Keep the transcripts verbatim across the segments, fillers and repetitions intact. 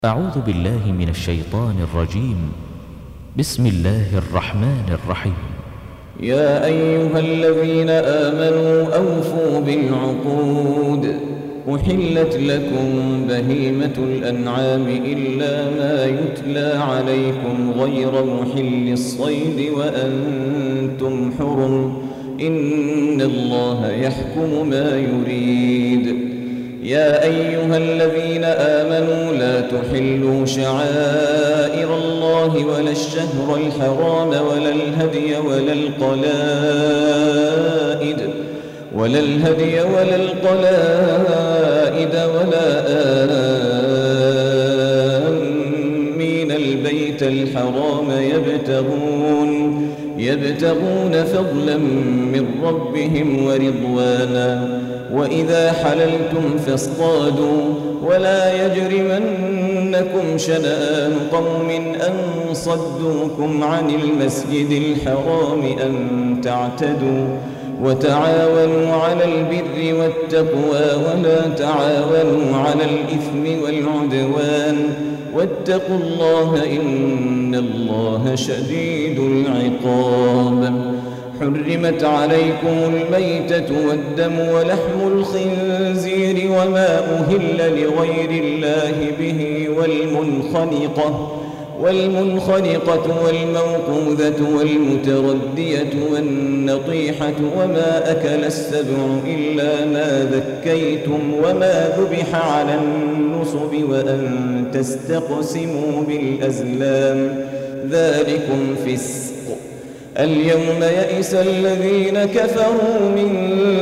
أعوذ بالله من الشيطان الرجيم. بسم الله الرحمن الرحيم. يا أيها الذين آمنوا أوفوا بالعقود. أحلت لكم بهيمة الأنعام إلا ما يتلى عليكم غير محل الصيد وأنتم حرم، إن الله يحكم ما يريد. يا أيها الذين آمنوا لا تحلوا شعائر الله ولا الشهر الحرام ولا الهدي ولا القلائد ولا الهدي ولا القلائد ولا آمين البيت الحرام يبتغون يبتغون فضلا من ربهم ورضوانا. وإذا حللتم فاصطادوا ولا يجرمنكم شنآن قوم أن صدوكم عن المسجد الحرام أن تعتدوا. وتعاونوا على البر والتقوى ولا تعاونوا على الإثم والعدوان، واتقوا الله إن الله شديد العقاب. حرمت عليكم الميتة والدم ولحم الخنزير وما أهل لغير الله به والمنخنقة والمنخنقة والموقوذة والمتردية والنطيحة وما أكل السبع إلا ما ذكيتم وما ذبح على النصب وأن تستقسموا بالأزلام، ذلكم فسق. اليوم يئس الذين كفروا من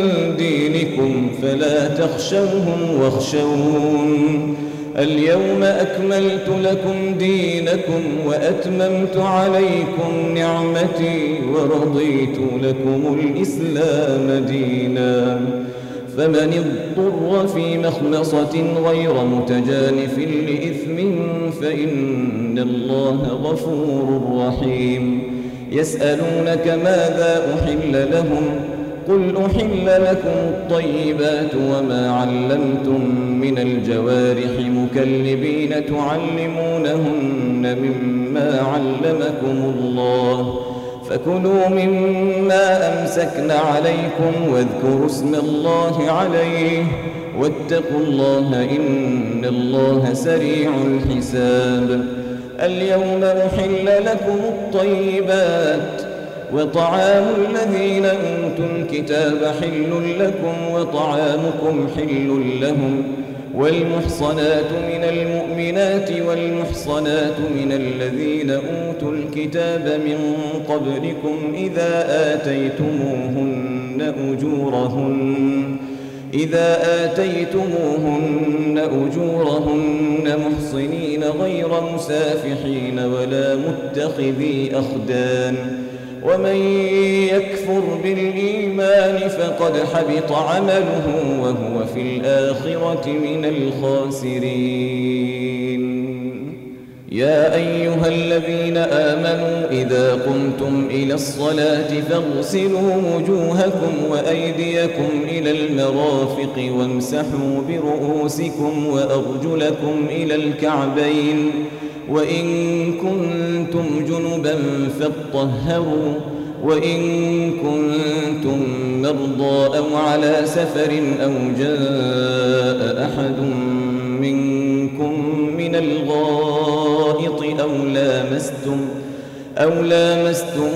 دينكم فلا تخشوهم واخشون. اليوم أكملت لكم دينكم وأتممت عليكم نعمتي ورضيت لكم الإسلام دينا. فمن اضطر في مخمصة غير متجانف لإثم فإن الله غفور رحيم. يسألونك ماذا أحل لهم؟ قل أحل لكم الطيبات وما علمتم من الجوارح مكلبين تعلمونهن مما علمكم الله، فكلوا مما أمسكن عليكم واذكروا اسم الله عليه واتقوا الله إن الله سريع الحساب. اليوم أحل لكم الطيبات وطعام الذين أوتوا الكتاب حل لكم وطعامكم حل لهم، والمحصنات من المؤمنات والمحصنات من الذين أوتوا الكتاب من قبلكم إذا آتيتموهن أجورهن إذا آتيتموهن أجورهن محصنين غير مسافحين ولا متخذي أخدان. ومن يكفر بالإيمان فقد حبط عمله وهو في الآخرة من الخاسرين. يا أيها الذين آمنوا إذا قمتم إلى الصلاة فاغسلوا وجوهكم وأيديكم إلى المرافق وامسحوا برؤوسكم وأرجلكم إلى الكعبين، وإن كنتم جنبا فاطهروا، وإن كنتم مرضى أو على سفر أو جاء أحد منكم من الغائط أو لامستم أو لامستم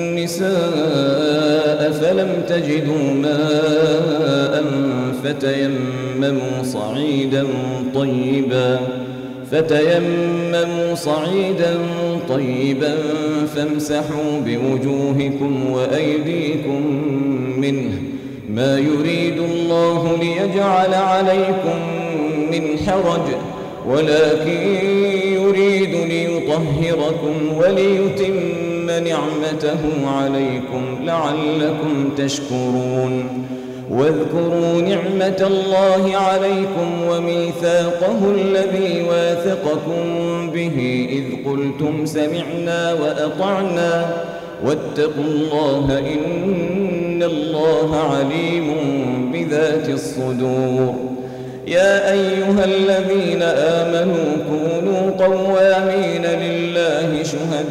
النساء فلم تجدوا ماء فتيمموا صعيدا طيبا فتيمموا صعيدا طيبا فامسحوا بوجوهكم وأيديكم منه، ما يريد الله ليجعل عليكم من حرج ولكن يريد ليطهركم وليتم نعمته عليكم لعلكم تشكرون. واذكروا نعمة الله عليكم وميثاقه الذي واثقكم به إذ قلتم سمعنا وأطعنا واتقوا الله إن الله عليم بذات الصدور. يا أيها الذين آمنوا كونوا قوامين لله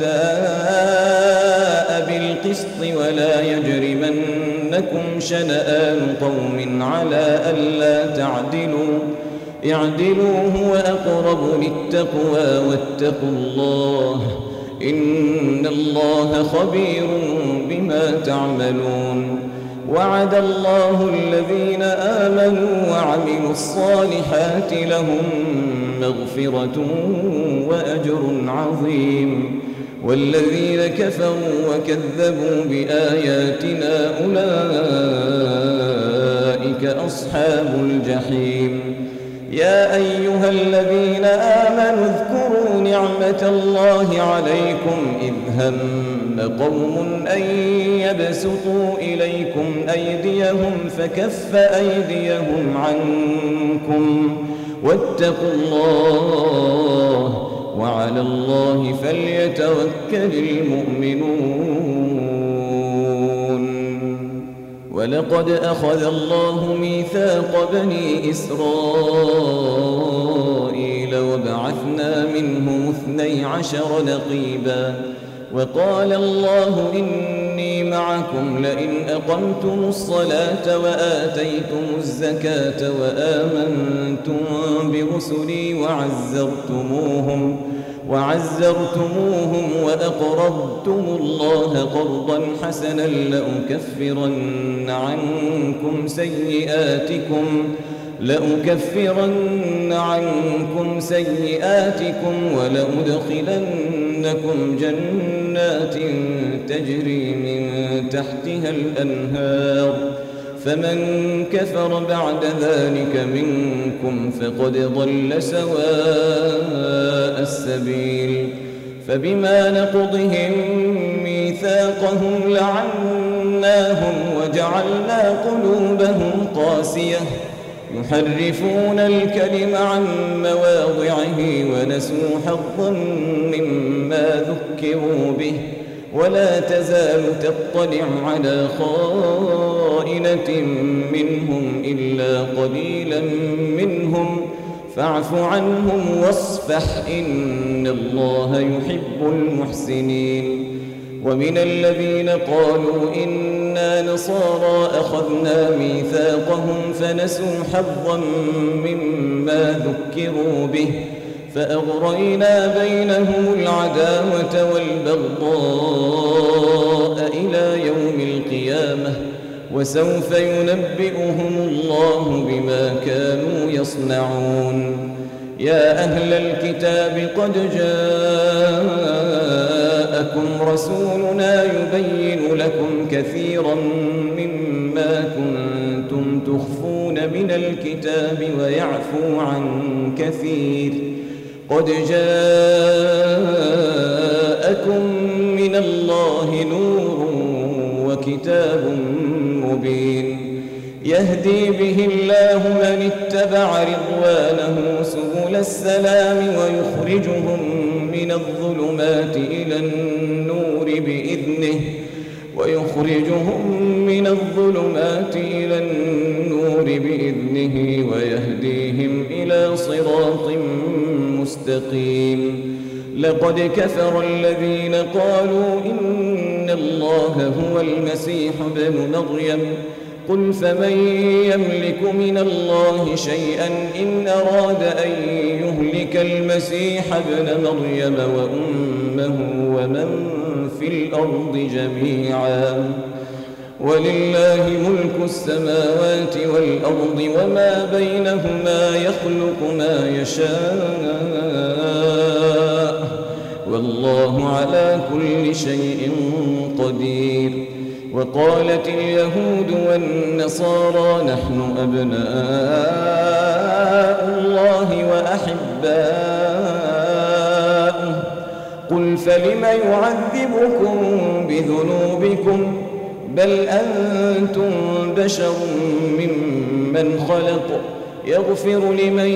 شهداء بالقسط ولا يجرمنكم شنآن قوم على ألا تعدلوا اعدلوا هو أقرب للتقوى واتقوا الله إن الله خبير بما تعملون. وعد الله الذين آمنوا وعملوا الصالحات لهم مغفرة وأجر عظيم، والذين كفروا وكذبوا بآياتنا أولئك أصحاب الجحيم. يا أيها الذين آمنوا اذكروا نعمة الله عليكم إذ هم قوم أن يبسطوا إليكم أيديهم فكف أيديهم عنكم واتقوا الله وعلى الله فليتوكل المؤمنون. ولقد أخذ الله ميثاق بني إسرائيل وبعثنا منهم اثني عشر نقيبا وقال الله إني معكم لئن أقمتم الصلاة وآتيتم الزكاة وآمنتم برسلي وعزرتموهم وعزرتموهم وأقرضتم الله قرضا حسنا لأكفرن عنكم سيئاتكم لأكفرن عنكم سيئاتكم ولأدخلنكم جنات تجري من تحتها الأنهار فمن كفر بعد ذلك منكم فقد ضل سواء السبيل. فبما نقضهم ميثاقهم لعناهم وجعلنا قلوبهم قاسية يحرفون الكلم عن مواضعه ونسوا حظا مما ذكروا به ولا تزال تطلع على خائنة منهم إلا قليلا منهم فاعف عنهم واصفح إن الله يحب المحسنين. ومن الذين قالوا إنا نصارى أخذنا ميثاقهم فنسوا حظا مما ذكروا به فأغرينا بينهم العداوة والبغضاء إلى يوم القيامة وسوف ينبئهم الله بما كانوا يصنعون. يا أهل الكتاب قد جاءكم رسولنا يبين لكم كثيرا مما كنتم تخفون من الكتاب ويعفو عن كثير قد جاءكم من الله نور وكتاب مبين يهدي به الله من اتبع رضوانه سبل السلام ويخرجهم من الظلمات إلى النور بإذنه ويخرجهم من الظلمات إلى النور بإذنه ويهديهم إلى صراط مستقيم. لقد كفر الذين قالوا إن الله هو المسيح ابن مريم قل فمن يملك من الله شيئا إن أراد أن يهلك المسيح ابن مريم وأمه ومن في الأرض جميعا ولله ملك السماوات والأرض وما بينهما يخلق ما يشاء والله على كل شيء قدير. وقالت اليهود والنصارى نحن أبناء الله وأحباؤه قل فلم يعذبكم بذنوبكم بل أنتم بشر ممن خلق يغفر لمن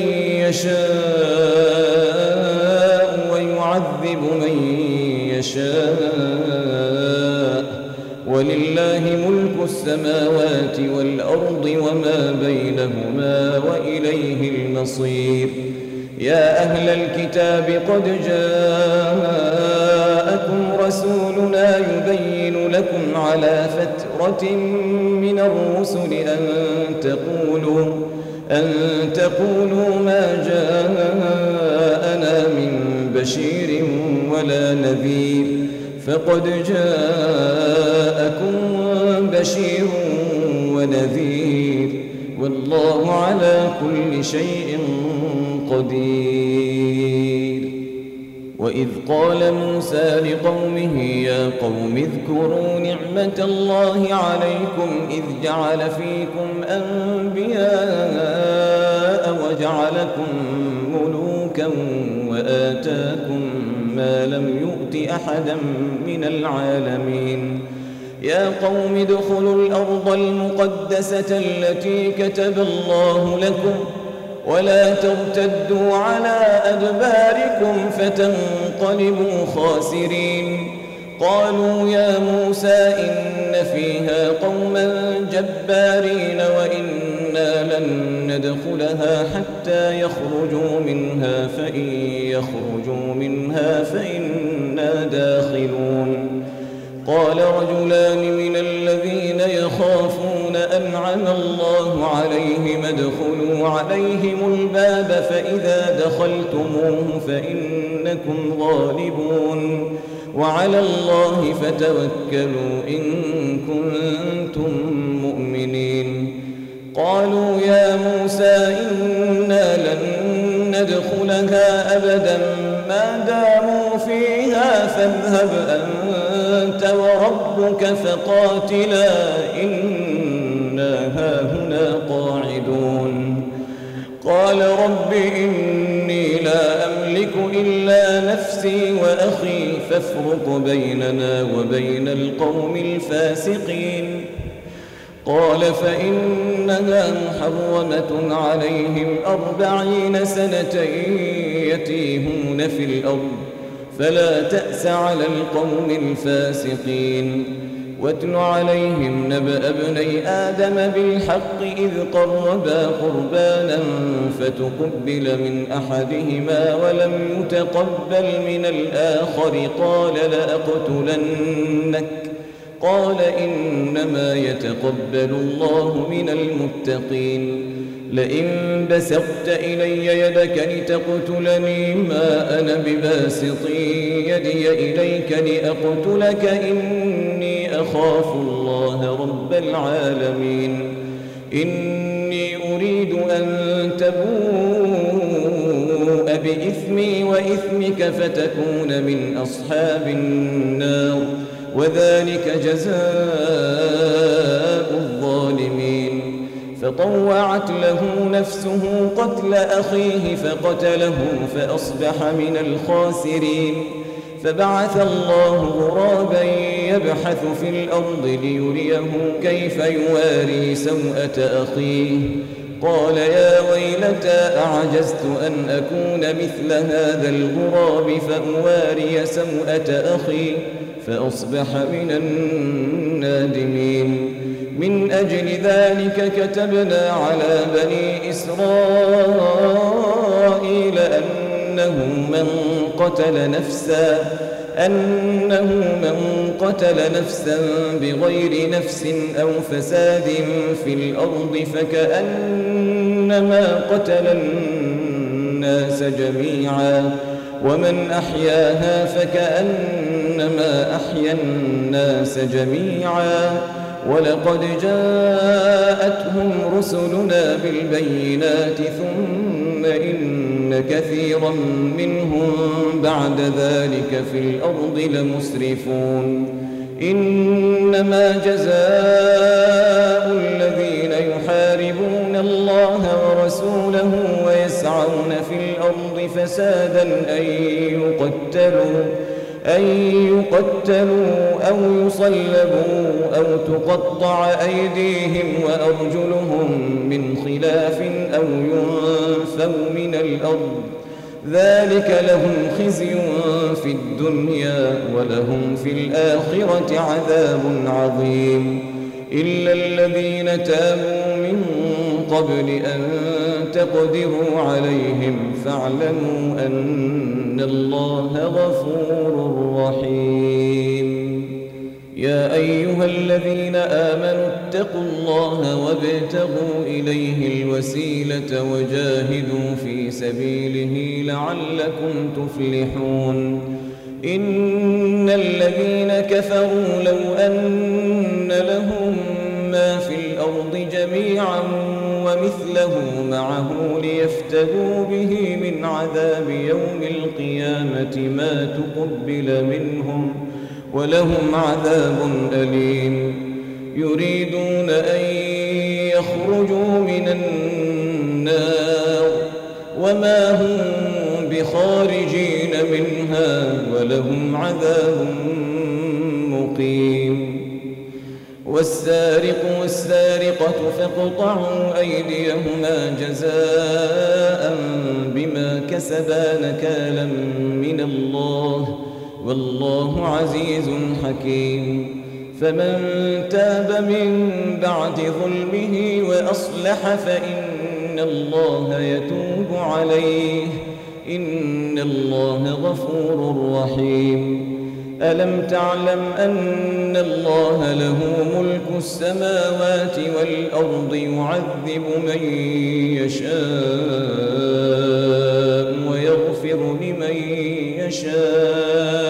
يشاء ويعذب من يشاء ولله ملك ملك السماوات والأرض وما بينهما وإليه المصير. يا أهل الكتاب قد جاءكم رسولنا يبين لكم على فترة من الرسل أن تقولوا أن تقولوا ما جاءنا من بشير ولا نذير، فقد جاءكم بشير ونذير، والله على كل شيء قدير. وإذ قال موسى لقومه يا قوم اذكروا نعمة الله عليكم إذ جعل فيكم أنبياء وجعلكم ملوكا وآتاكم ما لم يؤت أحدا من العالمين. يا قوم ادخلوا الأرض المقدسة التي كتب الله لكم ولا ترتدوا على أدباركم فتنقلبوا خاسرين. قالوا يا موسى إن فيها قوما جبارين وإنا لن ندخلها حتى يخرجوا منها فإن يخرجوا منها فإنا داخلون. قال رجلان من الذين يخافون أنعم الله عليهم ادخلوا عليهم الباب فإذا دخلتموه فإنكم غالبون وعلى الله فتوكلوا إن كنتم مؤمنين. قالوا يا موسى إنا لن ندخلها أبدا ما داموا فيها فاذهب أنت وربك فقاتلا إنا هاهنا قاعدون. قال رب إني لا أملك إلا نفسي وأخي فافرق بيننا وبين القوم الفاسقين. قال فإنها محرمة عليهم أربعين سنة يتيهون في الأرض فلا تأس على القوم الفاسقين. واتل عليهم نبأ ابني آدم بالحق إذ قربا قربانا فتقبل من أحدهما ولم يتقبل من الآخر قال لأقتلنك قال إنما يتقبل الله من المتقين. لئن بسطت إلي يدك لتقتلني ما أنا بباسط يدي إليك لأقتلك إني أخاف الله رب العالمين. إني أريد أن تبوء بإثمي وإثمك فتكون من أصحاب النار وذلك جزاء الظالمين. فطوعت له نفسه قتل أخيه فقتله فأصبح من الخاسرين. فبعث الله غرابا يبحث في الأرض ليريه كيف يواري سوءة أخيه قال يا ويلتى أعجزت أن أكون مثل هذا الغراب فأواري سوءة أخي فأصبح من النادمين. من أجل ذلك كتبنا على بني إسرائيل أنه من قتل نفسا أنه من قتل نفسا بغير نفس أو فساد في الأرض فكأنما قتل الناس جميعا ومن أحياها فكأنما أحيا الناس جميعا. ولقد جاءتهم رسلنا بالبينات ثم إن كثيرا منهم بعد ذلك في الأرض لمسرفون. إنما جزاء الذين يحاربون الله ورسوله ويسعون في الأرض فسادا أن يقتلوا أن يقتلوا أو يصلبوا أو تقطع أيديهم وأرجلهم من خلاف أو ينفوا من الأرض ذلك لهم خزي في الدنيا ولهم في الآخرة عذاب عظيم. إلا الذين تابوا من قبل أن تقدروا عليهم فاعلموا أن الله غفور رحيم. يا أيها الذين آمنوا اتقوا الله وابتغوا إليه الوسيلة وجاهدوا في سبيله لعلكم تفلحون. إن الذين كفروا لو أن لهم ما في الأرض جميعا ومثله معه ليفتدوا به من عذاب يوم القيامة ما تقبل منهم ولهم عذاب أليم. يريدون أن يخرجوا من النار وما هم بخارجين منها ولهم عذاب مقيم. والسارق والسارقة فاقطعوا أيديهما جزاء بما كسبا نكالا من الله والله عزيز حكيم. فمن تاب من بعد ظلمه وأصلح فإن الله يتوب عليه إن الله غفور رحيم. ألم تعلم أن الله له ملك السماوات والأرض يعذب من يشاء ويغفر لمن يشاء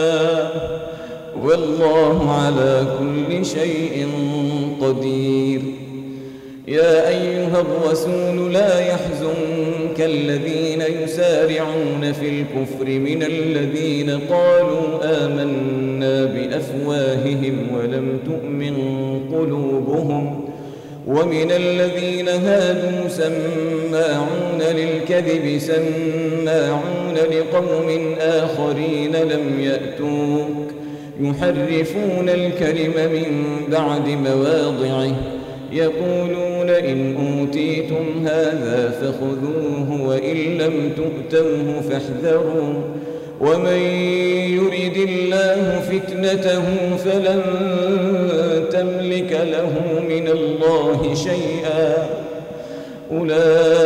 والله على كل شيء قدير. يا أيها الرسول لا يحزنك الذين يسارعون في الكفر من الذين قالوا آمنا بأفواههم ولم تؤمن قلوبهم ومن الذين هادوا سماعون للكذب سماعون لقوم آخرين لم يأتوك يحرفون الكلم من بعد مواضعه يقولون إن أوتيتم هذا فخذوه وإن لم تؤتوه فاحذروا ومن يرد الله فتنته فلن تملك له من الله شيئا. أولئك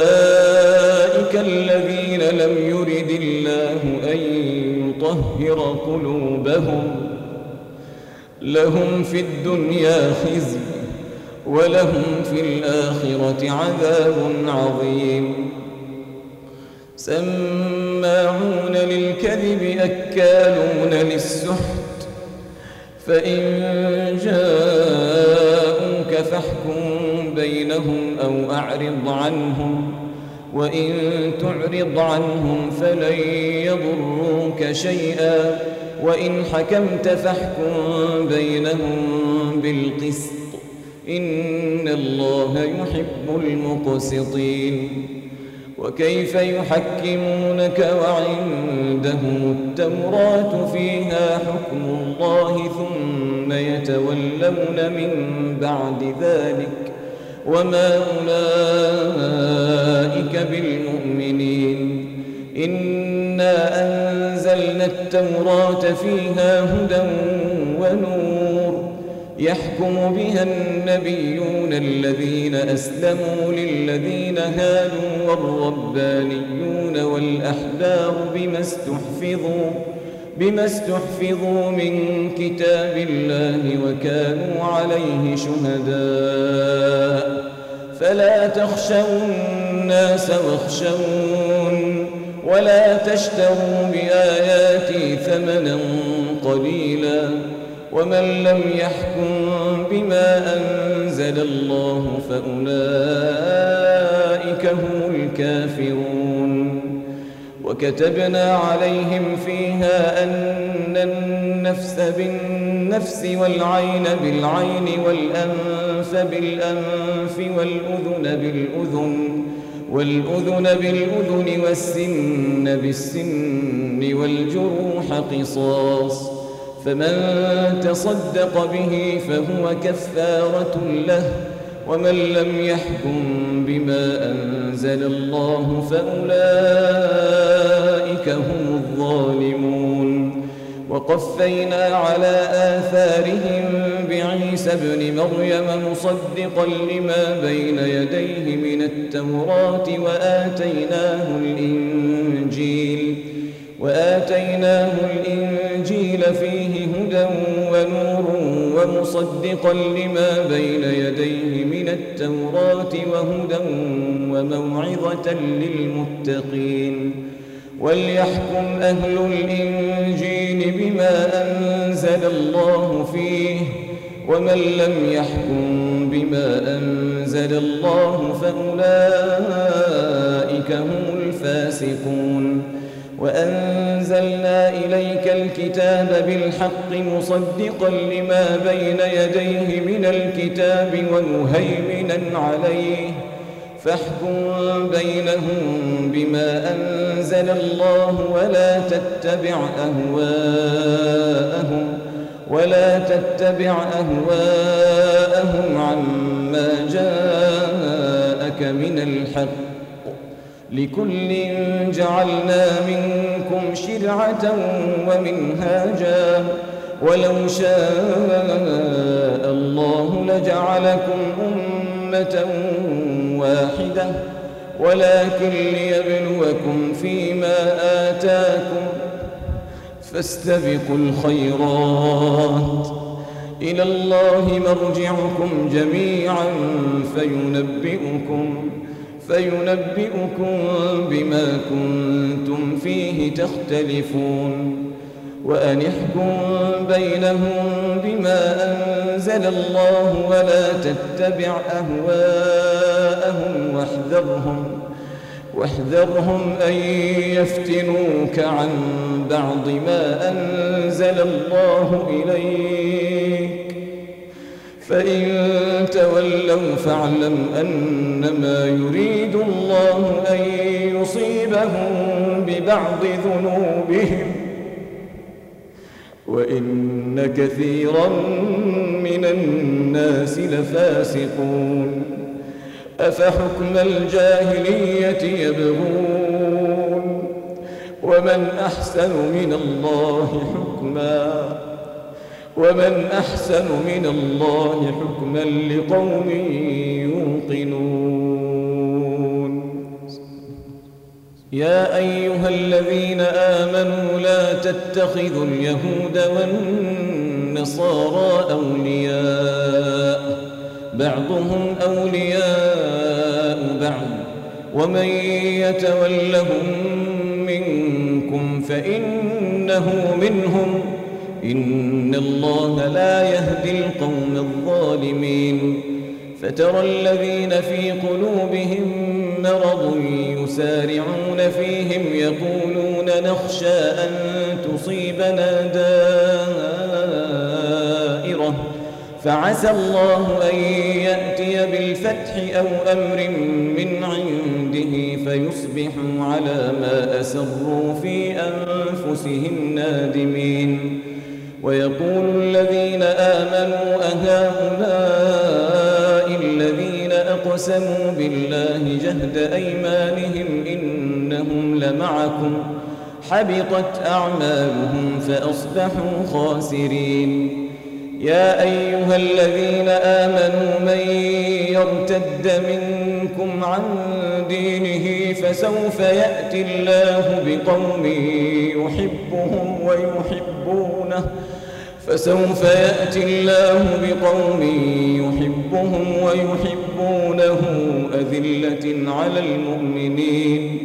الذين لم يرد الله أن يطهر قلوبهم لهم في الدنيا خزي ولهم في الآخرة عذاب عظيم. سماعون للكذب أكالون للسحت فإن جاءوك فاحكم بينهم أو أعرض عنهم وإن تعرض عنهم فلن يضروك شيئا وإن حكمت فاحكم بينهم بالقسط إن الله يحب المقسطين. وكيف يحكمونك وعندهم التوراة فيها حكم الله ثم يتولون من بعد ذلك وما أولئك بالمؤمنين. إنا أنزلنا التوراة فيها هدى ونور يحكم بها النبيون الذين أسلموا للذين هادوا والربانيون والأحبار بما استحفظوا بما استحفظوا من كتاب الله وكانوا عليه شهداء. فلا تخشوا الناس واخشون ولا تشتروا بآياتي ثمنا قليلا ومن لم يحكم بما أنزل الله فأولئك هم الكافرون. وكتبنا عليهم فيها أن النفس بالنفس والعين بالعين والأنف بالأنف والأذن بالأذن والأذن بالأذن والسن بالسن والجروح قصاص فمن تصدق به فهو كفارة له ومن لم يحكم بما أنزل الله فأولئك هم الظالمون. وقفينا على آثارهم بعيسى ابن مريم مصدقا لما بين يديه من التوراة وآتيناه الإنجيل وآتيناه الإنجيل فيه هدى ونور ومصدقا لما بين يديه من التوراة وهدى وموعظة للمتقين وليحكم أهل الإنجيل بما أنزل الله فيه ومن لم يحكم بما أنزل الله فأولئك هم الفاسقون وأنزلنا إليك الكتاب بالحق مصدقا لما بين يديه من الكتاب ومهيمنا عليه فاحكم بينهم بما أنزل الله ولا تتبع أهواءهم ولا تتبع أهواءهم عما جاءك من الحق لكل جعلنا منكم شرعة ومنهاجا ولو شاء الله لجعلكم أمة واحدة ولكن ليبلوكم فيما آتاكم فاستبقوا الخيرات إلى الله مرجعكم جميعا فينبئكم فينبئكم بما كنتم فيه تختلفون وأن احكم بينهم بما أنزل الله ولا تتبع أهواءهم واحذرهم واحذرهم أن يفتنوك عن بعض ما أنزل الله إليك فإن تولوا فاعلم أنما يريد الله أن يصيبهم ببعض ذنوبهم وإن كثيرا من الناس لفاسقون أفحكم الجاهلية يبغون ومن أحسن من الله حكما ومن أحسن من الله حكما لقوم يوقنون يا أيها الذين آمنوا لا تتخذوا اليهود والنصارى أولياء بعضهم أولياء بعض ومن يتولهم منكم فإنه منهم إن الله لا يهدي القوم الظالمين فترى الذين في قلوبهم مرض يسارعون فيهم يقولون نخشى أن تصيبنا دائرة فعسى الله أن يأتي بالفتح أو أمر من عنده فيصبحوا على ما أسروا في أنفسهم نادمين ويقول الذين آمنوا أهؤلاء الذين أقسموا بالله جهد أيمانهم إنهم لمعكم حبطت أعمالهم فأصبحوا خاسرين يا أيها الذين آمنوا من يرتد منكم عن دينه فسوف يأتي الله بقوم يحبهم ويحبونه فسوف يأتي الله بقوم يحبهم ويحبونه أذلة على المؤمنين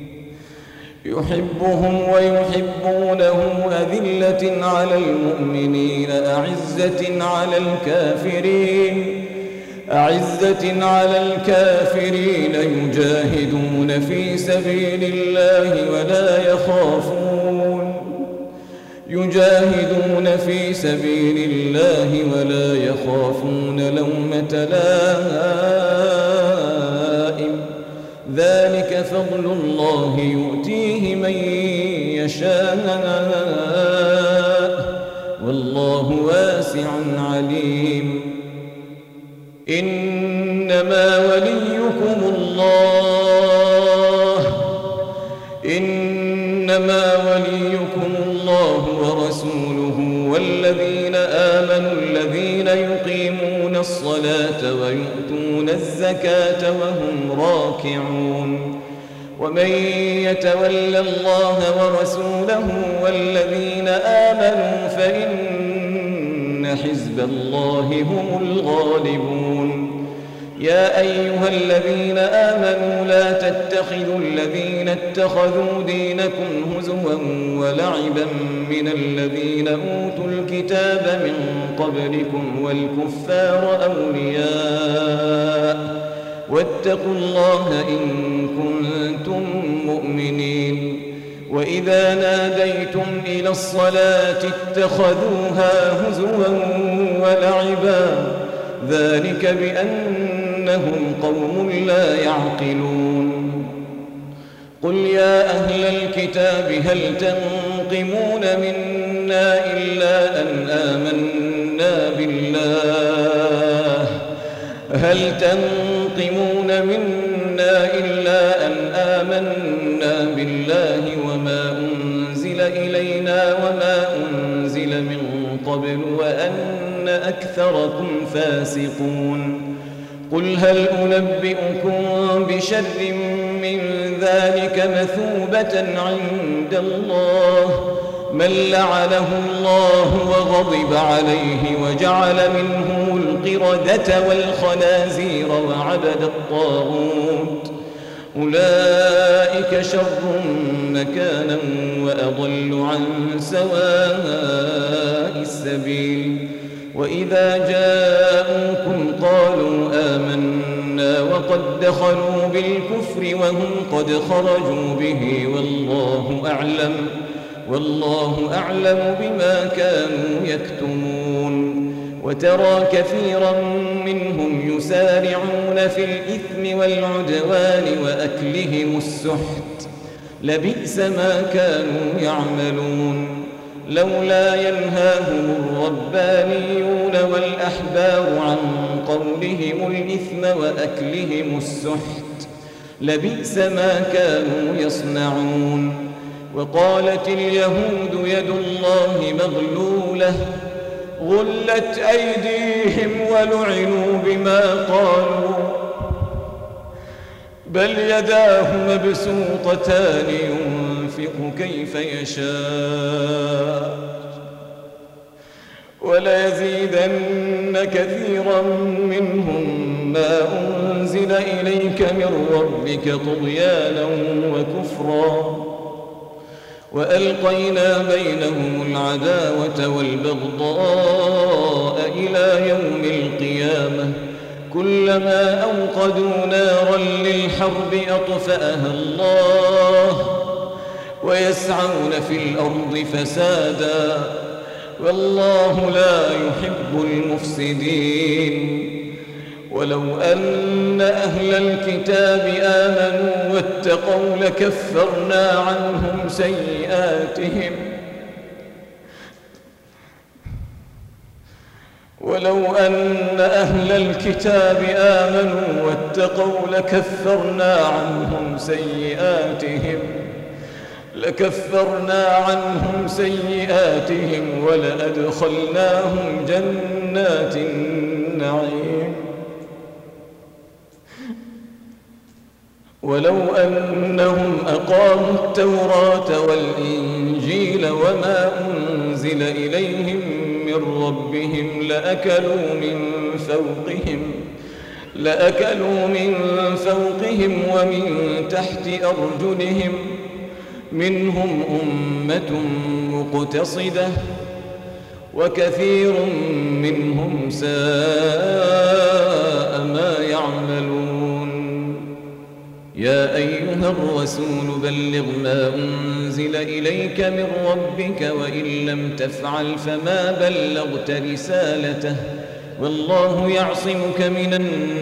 يحبهم ويحبونه أذلة على المؤمنين أعزة على الكافرين أعزة على الكافرين يجاهدون في سبيل الله ولا يخافون يجاهدون في سبيل الله ولا يخافون لومة لائم ذلك فضل الله يؤتيه من يشاء والله واسع عليم إنما وليكم الله إنما وليكم الله ورسوله والذين آمنوا الذين يقيمون الصلاة ويؤتون الزكاة وهم راكعون ومن يتول الله ورسوله والذين آمنوا فإن حزب الله هم الغالبون يا أيها الذين آمنوا لا تتخذوا الذين اتخذوا دينكم هزوا ولعبا من الذين أوتوا الكتاب من قبلكم والكفار أولياء واتقوا الله إن كنتم مؤمنين وإذا ناديتم إلى الصلاة اتخذوها هزوا ولعبا ذلك بأنهم قوم لا يعقلون قل يا أهل الكتاب هل تنقمون منا إلا أن آمنا بالله هل تنقمون منا إلا أن آمنا بالله وما أنزل إلينا وما أنزل من قبل وأن أكثركم فاسقون قل هل أنبئكم بشر من ذلك مثوبة عند الله من لعنه الله وغضب عليه وجعل منهم القردة والخنازير وعبد الطاغوت أولئك شر مكانا وأضل عن سواء السبيل وإذا جاءوكم قالوا آمنا وقد دخلوا بالكفر وهم قد خرجوا به والله أعلم والله أعلم بما كانوا يكتمون وترى كثيرا منهم يسارعون في الإثم والعدوان وأكلهم السحت لبئس ما كانوا يعملون لولا ينهاهم الربانيون والأحبار عن قولهم الإثم وأكلهم السحت لبئس ما كانوا يصنعون وقالت اليهود يد الله مغلولة غلت أيديهم ولعنوا بما قالوا بل يداه مبسوطتان ينفق كيف يشاء وليزيدن كثيرا منهم ما أنزل إليك من ربك طغيانا وكفرا وألقينا بينهم العداوة والبغضاء إلى يوم القيامة كلما أوقدوا نارا للحرب أطفأها الله ويسعون في الأرض فسادا والله لا يحب المفسدين ولو أن أهل الكتاب آمنوا واتقوا لكفرنا عنهم سيئاتهم ولو أن أهل الكتاب آمنوا واتقوا لكفرنا عنهم سيئاتهم لكفرنا عنهم سيئاتهم ولأدخلناهم جنات النعيم ولو أنهم أقاموا التوراة والإنجيل وما أنزل إليهم من ربهم لأكلوا من فوقهم لأكلوا من فوقهم ومن تحت أرجلهم منهم أمة مقتصدة وكثير منهم ساء ما يعملون يا أيها الرسول بلغ ما أنزل إليك من ربك وإن لم تفعل فما بلغت رسالته والله يعصمك من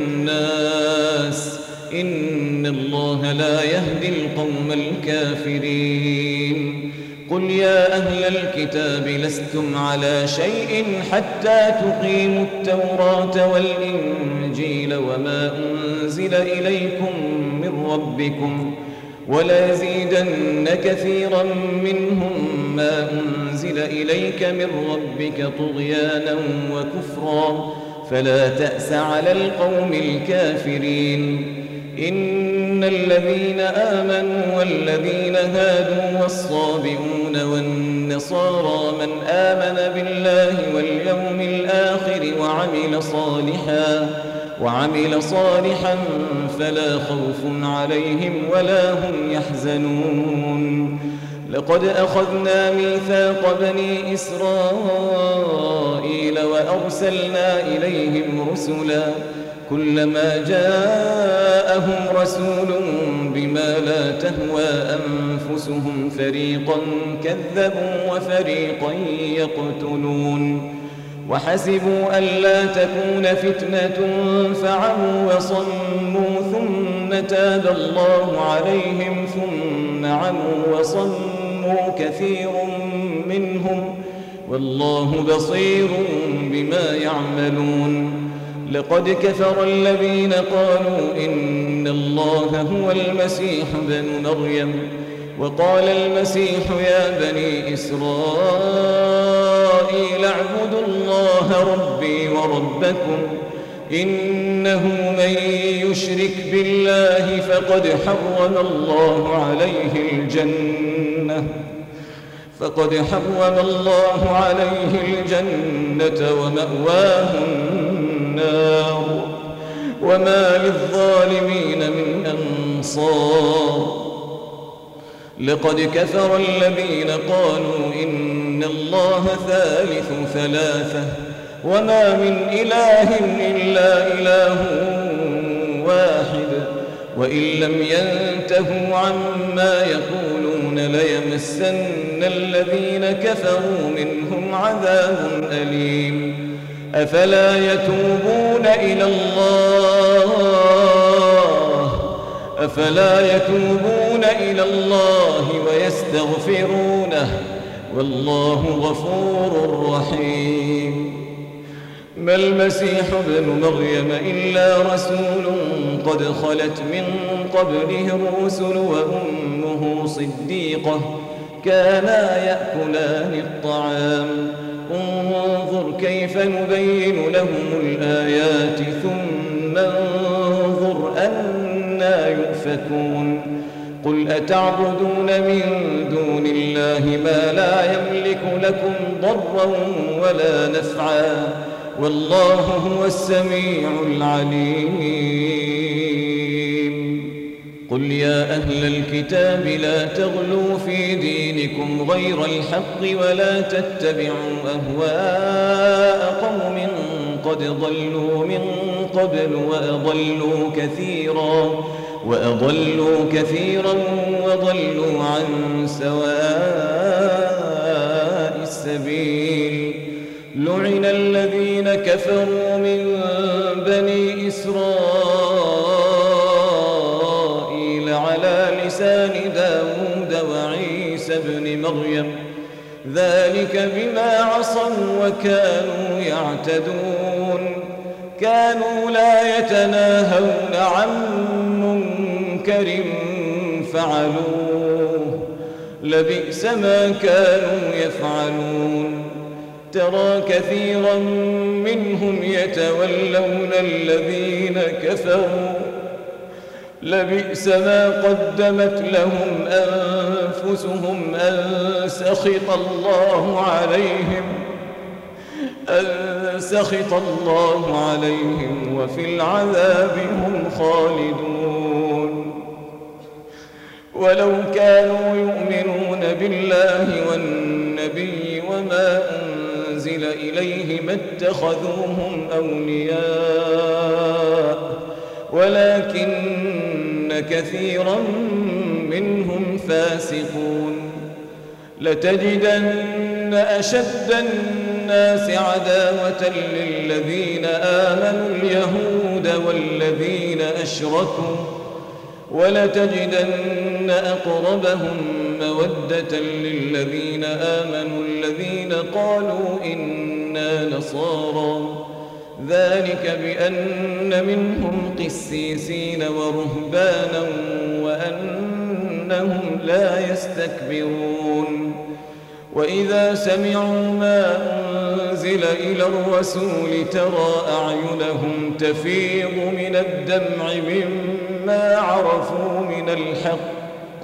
الناس إن الله لا يهدي القوم الكافرين قل يا أهل الكتاب لستم على شيء حتى تقيموا التوراة والإنجيل وما أنزل إليكم من ربكم وليزيدن كثيرا منهم ما أنزل أنزل إليك من ربك طغيانا وكفرا فلا تأس على القوم الكافرين. إن الذين آمنوا والذين هادوا والصابئون والنصارى من آمن بالله واليوم الآخر وعمل صالحا وعمل صالحا فلا خوف عليهم ولا هم يحزنون. لقد أخذنا ميثاق بني إسرائيل وأرسلنا إليهم رسلا كلما جاءهم رسول بما لا تهوى أنفسهم فريقا كذبوا وفريقا يقتلون. وحسبوا ألا تكون فتنة فعموا وصموا ثم تاب الله عليهم ثم عموا وصموا كثير منهم والله بصير بما يعملون. لقد كفر الذين قالوا إن الله هو المسيح ابن مريم وقال المسيح يا بني إسرائيل اعبدوا الله ربي وربكم إنه من يشرك بالله فقد حرم الله عليه الجنة فقد حرم الله عليه الجنة ومأواه النار وما للظالمين من أنصار. لقد كفر الذين قالوا إن الله ثالث ثلاثة وما من إله إلا إله واحد وإن لم ينتهوا عما يقولون ليمسن الذين كفروا منهم عذاب أليم. أفلا يتوبون إلى الله أفلا يتوبون إلى الله ويستغفرونه والله غفور رحيم. ما المسيح ابن مريم إلا رسول قد خلت من قبله الرسل وأمه صديقة كانا يأكلان الطعام انظر كيف نبين لهم الآيات ثم انظر أنى يؤفكون. قل أتعبدون من دون الله ما لا يملك لكم ضرا ولا نفعا والله هو السميع العليم. قل يا أهل الكتاب لا تغلوا في دينكم غير الحق ولا تتبعوا أهواء قوم قد ضلوا من قبل وأضلوا كثيرا وأضلوا كثيرا وضلوا عن سواء السبيل. لعن الذين كفروا من بني إسرائيل على لسان داود وعيسى بن مريم ذلك بما عصوا وكانوا يعتدون. كانوا لا يتناهون عن منكر فعلوه لبئس ما كانوا يفعلون. ترى كثيرا منهم يتولون الذين كفروا لبئس ما قدمت لهم أنفسهم أن سخط الله عليهم أن سخط الله عليهم وفي العذاب هم خالدون. ولو كانوا يؤمنون بالله والنبي وما أنزل إليه ما اتخذوهم أولياء ولكن كثيرا منهم فاسقون. لتجدن أشد الناس عداوة للذين آمنوا اليهود والذين أشركوا ولتجدن أقربهم مودة للذين آمنوا الذين قالوا إنا نصارى ذلك بأن منهم قسيسين ورهبانا وأنهم لا يستكبرون. وإذا سمعوا ما أنزل إلى الرسول ترى أعينهم تفيض من الدمع مما عرفوا من الحق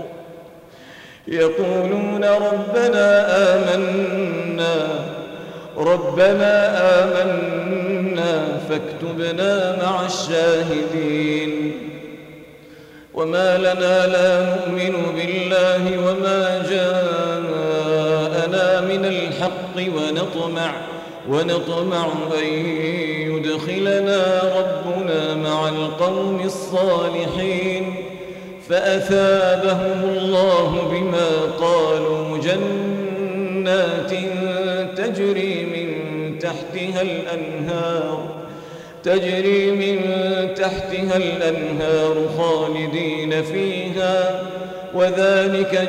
يقولون ربنا آمنا ربنا آمنا فاكتبنا مع الشاهدين وما لنا لا نؤمن بالله وما جاءنا من الحق ونطمع ونطمع أن يدخلنا ربنا مع القوم الصالحين فأثابهم الله بما قالوا جنات تجري من تحتها الأنهار تجري من تحتها الأنهار خالدين فيها وذلك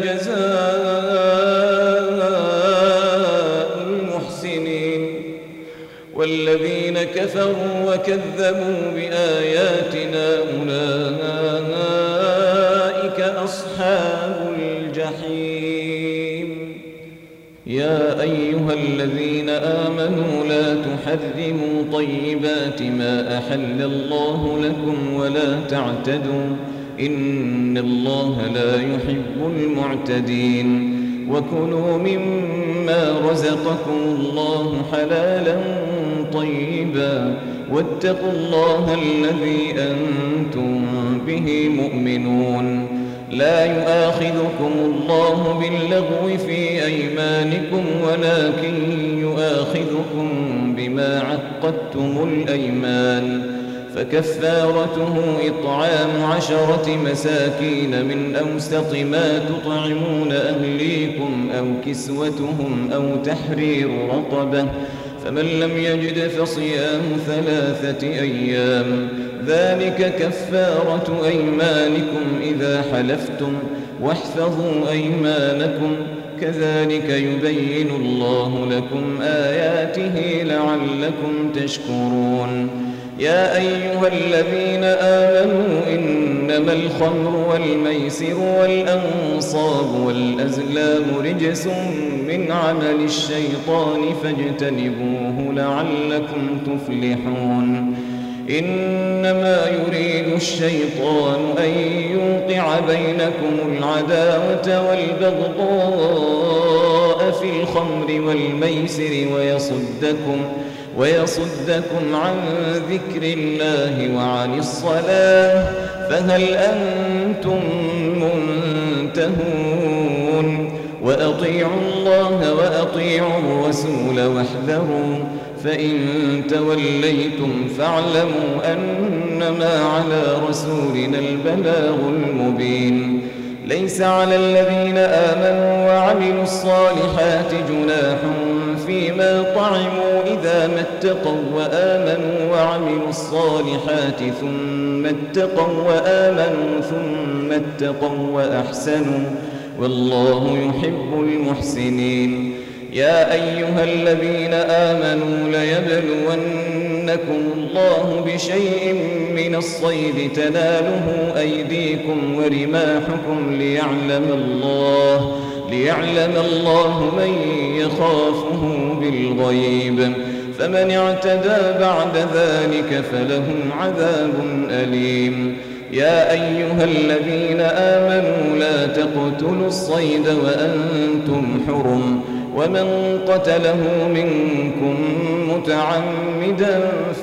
جزاء المحسنين والذين كفروا وكذبوا بآياتنا أولئك أصحاب الجحيم يا أيها الذين آمنوا لا تحرموا طيبات ما أحل الله لكم ولا تعتدوا إن الله لا يحب المعتدين وكلوا مما رزقكم الله حلالا طيبا واتقوا الله الذي أنتم به مؤمنون لا يؤاخذكم الله باللغو في أيمانكم ولكن يؤاخذكم بما عقدتم الأيمان فكفارته إطعام عشرة مساكين من أوسط ما تطعمون أهليكم أو كسوتهم أو تحرير رقبة فمن لم يجد فصيام ثلاثة أيام ذلك كفارة أيمانكم إذا حلفتم واحفظوا أيمانكم كذلك يبين الله لكم آياته لعلكم تشكرون يا أيها الذين آمنوا إنما الخمر والميسر والأنصاب والأزلام رجس من عمل الشيطان فاجتنبوه لعلكم تفلحون إنما يريد الشيطان أن يوقع بينكم العداوة والبغضاء في الخمر والميسر ويصدكم ويصدكم عن ذكر الله وعن الصلاة فهل أنتم منتهون وأطيعوا الله وأطيعوا الرسول واحذروا فإن توليتم فاعلموا أنما على رسولنا البلاغ المبين ليس على الذين آمنوا وعملوا الصالحات جناح فيما طعموا إذا ما اتقوا وآمنوا وعملوا الصالحات ثم اتقوا وآمنوا ثم اتقوا وأحسنوا والله يحب المحسنين يا أيها الذين آمنوا ليبلونكم الله بشيء من الصيد تناله أيديكم ورماحكم ليعلم الله ليعلم الله من يخافه بالغيب فمن اعتدى بعد ذلك فلهم عذاب أليم يا أيها الذين آمنوا لا تقتلوا الصيد وأنتم حرم ومن قتله منكم متعمدا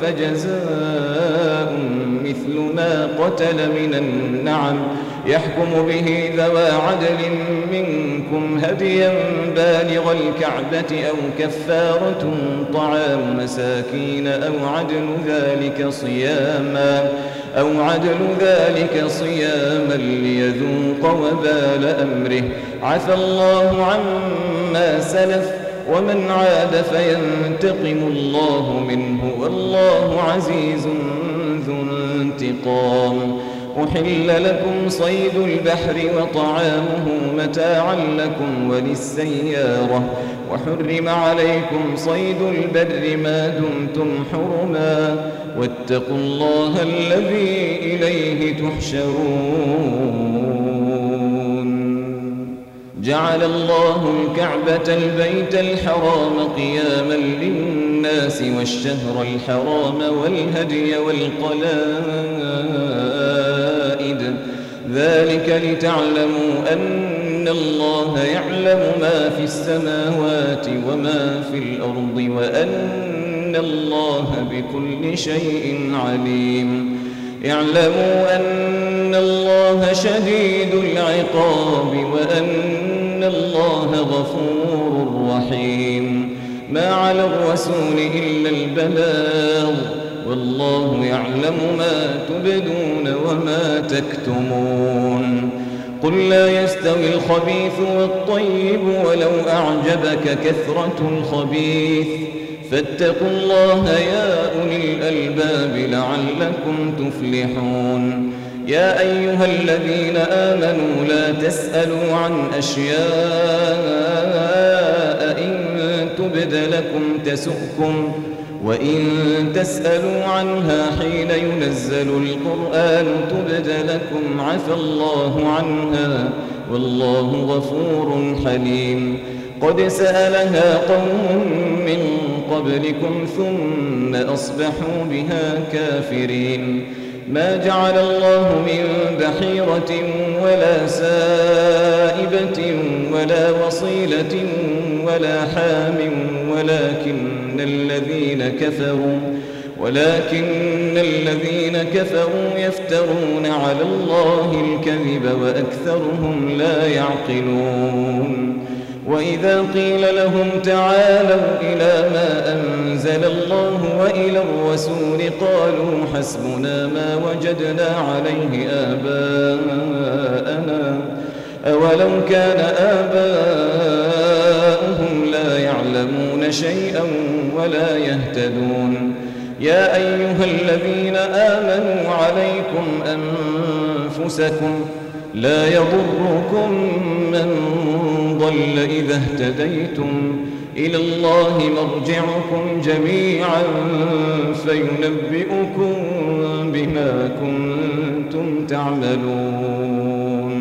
فجزاء مثل ما قتل من النعم يحكم به ذوى عدل منكم هديا بالغ الكعبة أو كفارة طعام مساكين أو عدل ذلك صياما أو عدل ذلك صياما ليذوق وبال أمره عفى الله عما سلف ومن عاد فينتقم الله منه والله عزيز ذو انتقام أحل لكم صيد البحر وطعامه متاعا لكم وللسيارة وحرم عليكم صيد البر ما دمتم حرما واتقوا الله الذي إليه تحشرون جعل الله الكعبة البيت الحرام قياما للناس والشهر الحرام والهدي والقلائد ذلك لتعلموا أن الله يعلم ما في السماوات وما في الأرض وأن الله بكل شيء عليم اعلموا أن الله شديد العقاب وأن الله غفور رحيم ما على الرسول إلا البلاغ والله يعلم ما تبدون وما تكتمون قل لا يستوي الخبيث والطيب ولو أعجبك كثرة الخبيث فاتقوا الله يا أولي الألباب لعلكم تفلحون يا أيها الذين آمنوا لا تسألوا عن أشياء إن تبد لكم تسؤكم وإن تسألوا عنها حين ينزل القرآن تبد لكم عفى الله عنها والله غفور حليم قد سألها قوم من قبلكم ثم أصبحوا بها كافرين ما جعل الله من بحيرة ولا سائبة ولا وصيلة ولا حام ولكن الذين كفروا ولكن الذين كفروا يفترون على الله الكذب وأكثرهم لا يعقلون وإذا قيل لهم تعالوا إلى ما أنزل الله وإلى الرسول قالوا حسبنا ما وجدنا عليه آباءنا أولو كان آباؤهم لا يعلمون شيئا ولا يهتدون يا أيها الذين آمنوا عليكم أنفسكم لا يضركم من ضل إذا اهتديتم إلى الله مرجعكم جميعا فينبئكم بما كنتم تعملون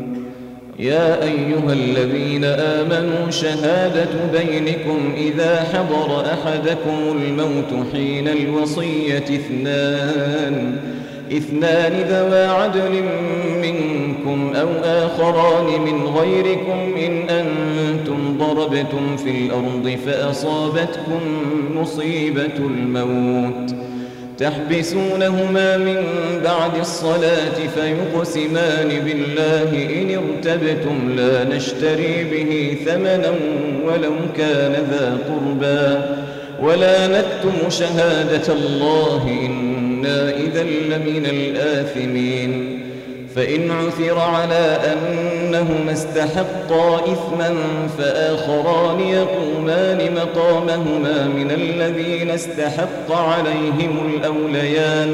يا أيها الذين آمنوا شهادة بينكم إذا حضر أحدكم الموت حين الوصية اثنان اثنان ذوى عدل منكم أو آخران من غيركم إن أنتم ضربتم في الأرض فأصابتكم مصيبة الموت تحبسونهما من بعد الصلاة فيقسمان بالله إن ارتبتم لا نشتري به ثمنا ولو كان ذا قربى ولا نكتم شهادة الله إنا إذا لمن الآثمين فإن عثر على أنهما استحقا إثما فآخران يقومان مقامهما من الذين استحق عليهم الأوليان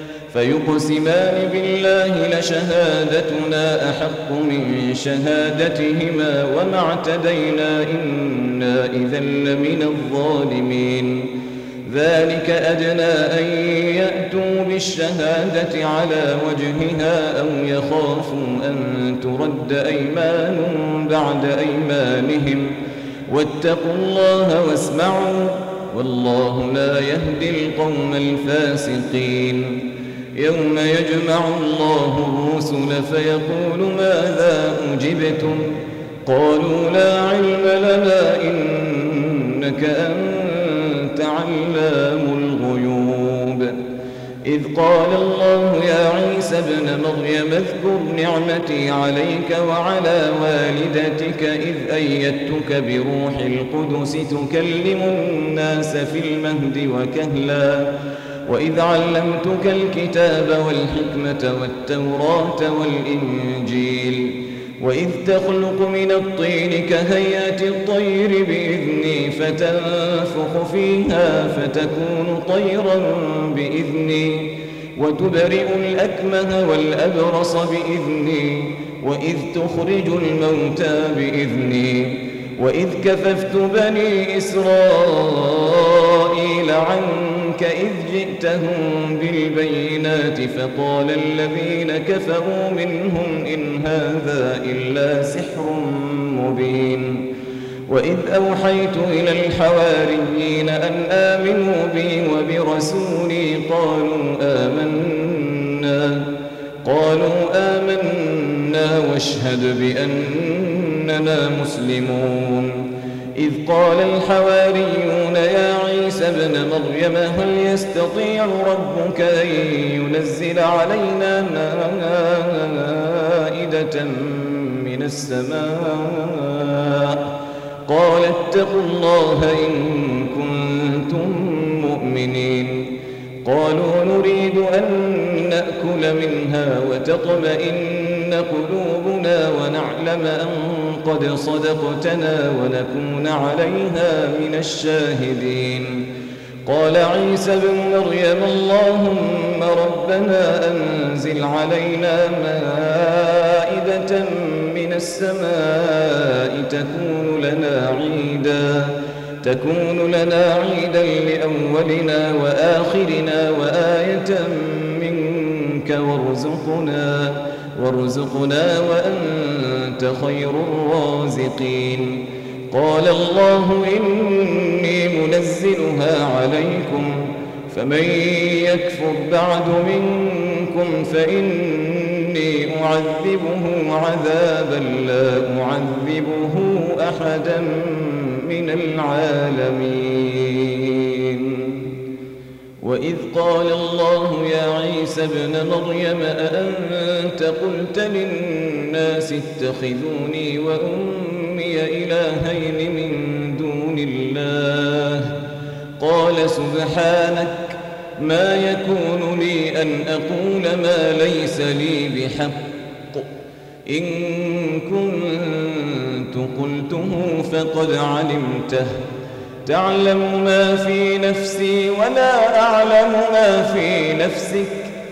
فيقسمان بالله لشهادتنا أحق من شهادتهما وما اعتدينا إنا إذا لمن الظالمين ذلك أدنى أن يأتوا بالشهادة على وجهها أو يخافوا أن ترد أيمان بعد أيمانهم واتقوا الله واسمعوا والله لا يهدي القوم الفاسقين يوم يجمع الله الرسل فيقول ماذا أجبتم قالوا لا علم لنا إنك أنت علام الغيوب إذ قال الله يا عيسى ابن مريم اذكر نعمتي عليك وعلى والدتك إذ أيدتك بروح القدس تكلم الناس في المهد وكهلا وإذ علمتك الكتاب والحكمة والتوراة والإنجيل وإذ تخلق من الطين كهيئة الطير بإذني فتنفخ فيها فتكون طيرا بإذني وتبرئ الأكمه والأبرص بإذني وإذ تخرج الموتى بإذني وإذ كففت بني إسرائيل عنك إذ جئتهم بالبينات فقال الذين كفروا منهم إن هذا إلا سحر مبين. وإذ أوحيت إلى الحواريين أن آمنوا بي وبرسولي قالوا آمنا قالوا آمنا واشهد بأننا مسلمون. إذ قال الحواريون يا عيسى ابن مريم هل يستطيع ربك أن ينزل علينا مائدة من السماء قال اتقوا الله إن كنتم مؤمنين. قالوا نريد أن نأكل منها وتطمئن قلوبنا ونعلم أن قد صدقتنا ونكون عليها من الشاهدين. قال عيسى ابن مريم اللهم ربنا أنزل علينا مائدة من السماء تكون لنا عيدا تكون لنا عيدا لأولنا وآخرنا وآية منك وارزقنا وارزقنا وأنت خير الرازقين. قال الله إني منزلها عليكم فمن يكفر بعد منكم فإني أعذبه عذابا لا أعذبه أحدا من العالمين. وإذ قال الله يا عيسى ابن مريم أأنت قلت للناس اتخذوني وأمي إلهين من دون الله قال سبحانك ما يكون لي أن أقول ما ليس لي بحق إن كنت قلته فقد علمته تعلم ما في نفسي ولا أعلم ما في نفسك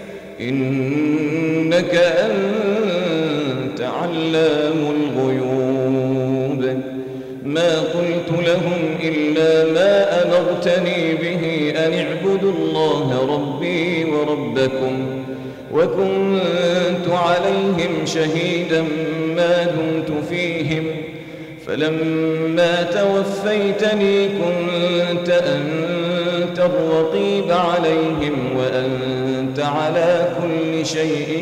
إنك أنت علام الغيوب. ما قلت لهم إلا ما أمرتني به أن اعبدوا الله ربي وربكم وكنت عليهم شهيدا ما دمت فيهم فلما توفيتني كنت أنت الرقيب عليهم وأنت على كل شيء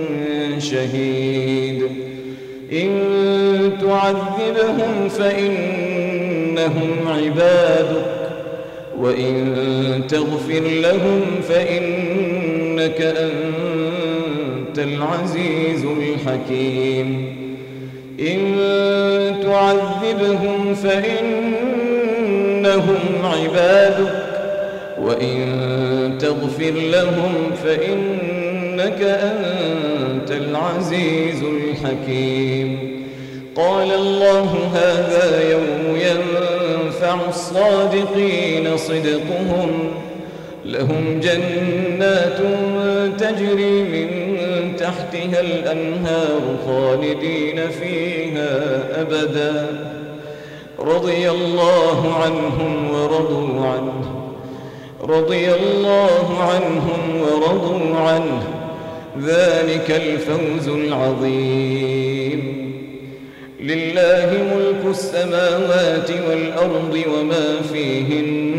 شهيد. إن تعذبهم فإنهم عبادك وإن تغفر لهم فإنك أنت العزيز الحكيم. إن تعذبهم فإنهم عبادك وإن تغفر لهم فإنك أنت العزيز الحكيم. قال الله هذا يوم ينفع الصادقين صدقهم لهم جنات تجري من تحتها الأنهار خالدين فيها أبدا رضي الله عنهم ورضوا عنه رضي الله عنهم ورضوا عنه ذلك الفوز العظيم. لله ملك السماوات والأرض وما فيهن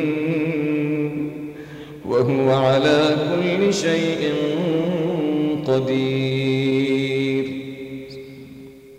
وهو على كل شيء قدير.